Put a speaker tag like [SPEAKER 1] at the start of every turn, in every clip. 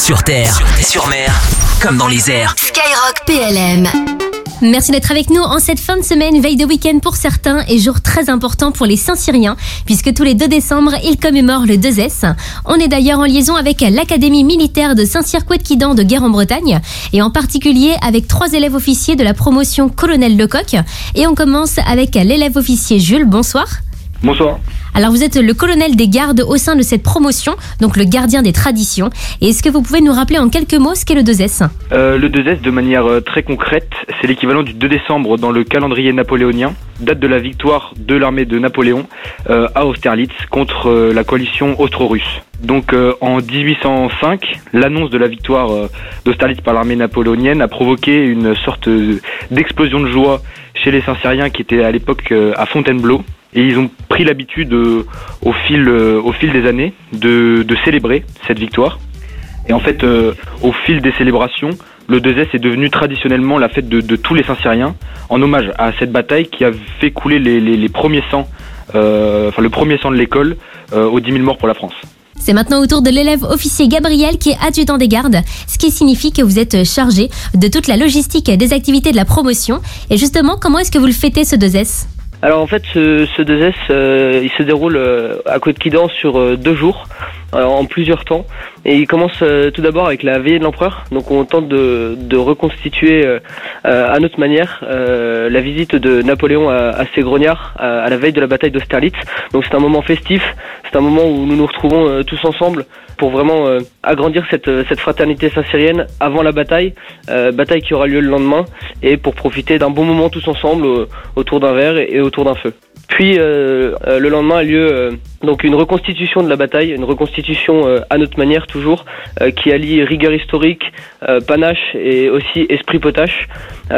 [SPEAKER 1] Sur terre, sur mer, comme dans les airs.
[SPEAKER 2] Skyrock PLM.
[SPEAKER 3] Merci d'être avec nous en cette fin de semaine, veille de week-end pour certains et jour très important pour les Saint-Cyriens, puisque tous les 2 décembre, ils commémorent le 2S. On est d'ailleurs en liaison avec l'Académie militaire de Saint-Cyr-Couët-Quidan de Guerre en Bretagne, et en particulier avec 3 élèves officiers de la promotion Colonel Lecoq. Et on commence avec l'élève officier Jules. Bonsoir.
[SPEAKER 4] Bonsoir.
[SPEAKER 3] Alors vous êtes le colonel des gardes au sein de cette promotion, donc le gardien des traditions. Et est-ce que vous pouvez nous rappeler en quelques mots ce qu'est le 2S ?
[SPEAKER 4] Le 2S, de manière très concrète, c'est l'équivalent du 2 décembre dans le calendrier napoléonien, date de la victoire de l'armée de Napoléon à Austerlitz contre la coalition austro-russe. Donc en 1805, l'annonce de la victoire d'Austerlitz par l'armée napoléonienne a provoqué une sorte d'explosion de joie chez les Saint-Cyriens qui étaient à l'époque à Fontainebleau. Et ils ont pris l'habitude au fil des années de célébrer cette victoire. Et en fait, au fil des célébrations, le 2S est devenu traditionnellement la fête de tous les Saint-Cyriens, en hommage à cette bataille qui a fait couler les premiers sangs, le premier sang de l'école aux 10 000 morts pour la France.
[SPEAKER 3] C'est maintenant au tour de l'élève officier Gabriel qui est adjudant des gardes, ce qui signifie que vous êtes chargé de toute la logistique des activités de la promotion. Et justement, comment est-ce que vous le fêtez ce 2S ?
[SPEAKER 5] Alors en fait, ce 2S, il se déroule à Couët-Quidan sur 2 jours, en plusieurs temps. Et il commence tout d'abord avec la veillée de l'empereur. Donc on tente de reconstituer à notre manière la visite de Napoléon à ses grognards à la veille de la bataille d'Austerlitz. Donc c'est un moment festif, c'est un moment où nous nous retrouvons tous ensemble pour vraiment agrandir cette fraternité saint-cyrienne avant la bataille qui aura lieu le lendemain, et pour profiter d'un bon moment tous ensemble autour d'un verre et autour d'un feu. Puis le lendemain a lieu donc une reconstitution de la bataille, une reconstitution à notre manière toujours, qui allie rigueur historique, panache et aussi esprit potache.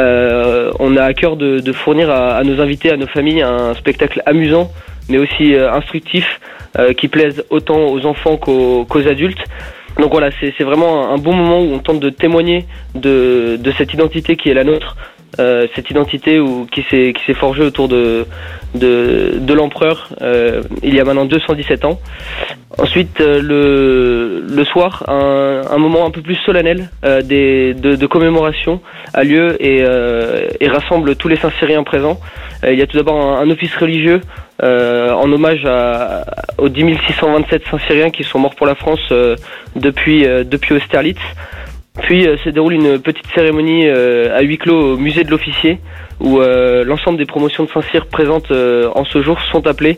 [SPEAKER 5] On a à cœur de fournir à nos invités, à nos familles, un spectacle amusant, mais aussi instructif, qui plaise autant aux enfants qu'aux adultes. Donc voilà, c'est vraiment un bon moment où on tente de témoigner de cette identité qui est la nôtre, cette identité qui s'est forgée autour de l'empereur il y a maintenant 217 ans. Ensuite, le soir, un moment un peu plus solennel de commémoration a lieu et rassemble tous les Saint-Cyriens présents. Il y a tout d'abord un office religieux en hommage aux 10 627 Saint-Cyriens qui sont morts pour la France depuis Austerlitz. Puis se déroule une petite cérémonie à huis clos au musée de l'officier, où l'ensemble des promotions de Saint-Cyr présentes en ce jour sont appelées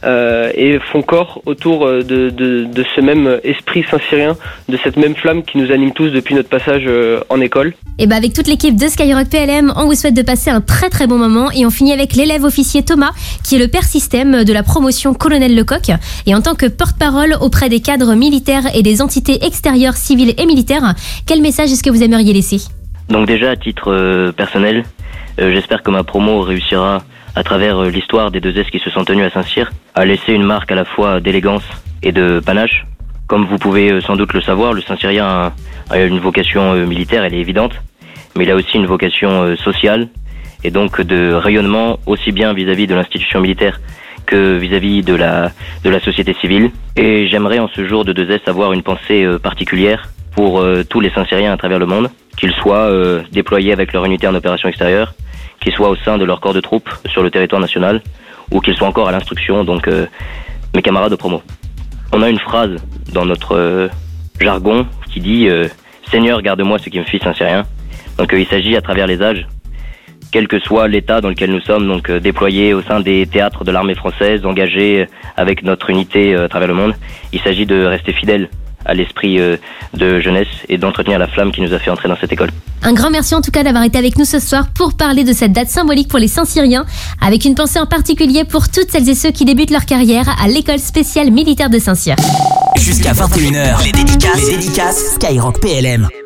[SPEAKER 5] et font corps autour de ce même esprit saint-cyrien, de cette même flamme qui nous anime tous depuis notre passage en école.
[SPEAKER 3] Et avec toute l'équipe de Skyrock PLM, on vous souhaite de passer un très très bon moment, et on finit avec l'élève officier Thomas, qui est le père système de la promotion Colonel Lecoq, et en tant que porte-parole auprès des cadres militaires et des entités extérieures civiles et militaires, quel message est-ce que vous aimeriez laisser ?
[SPEAKER 6] Donc déjà, à titre personnel, j'espère que ma promo réussira, à travers l'histoire des 2S qui se sont tenus à Saint-Cyr, à laisser une marque à la fois d'élégance et de panache. Comme vous pouvez sans doute le savoir, le Saint-Cyrien a une vocation militaire, elle est évidente, mais il a aussi une vocation sociale, et donc de rayonnement aussi bien vis-à-vis de l'institution militaire que vis-à-vis de la société civile. Et j'aimerais en ce jour de 2S avoir une pensée particulière pour tous les Saint-Cyriens à travers le monde, qu'ils soient déployés avec leur unité en opération extérieure, qu'ils soient au sein de leur corps de troupes sur le territoire national, ou qu'ils soient encore à l'instruction, donc mes camarades de promo. On a une phrase dans notre jargon qui dit « Seigneur, garde-moi ce qui me fit Saint-Cyrien ». Donc il s'agit à travers les âges, quel que soit l'état dans lequel nous sommes, donc déployés au sein des théâtres de l'armée française, engagés avec notre unité à travers le monde, il s'agit de rester fidèles à l'esprit de jeunesse et d'entretenir la flamme qui nous a fait entrer dans cette école.
[SPEAKER 3] Un grand merci en tout cas d'avoir été avec nous ce soir pour parler de cette date symbolique pour les Saint-Cyriens, avec une pensée en particulier pour toutes celles et ceux qui débutent leur carrière à l'école spéciale militaire de Saint-Cyr.
[SPEAKER 1] Jusqu'à 21h, les dédicaces Skyrock PLM.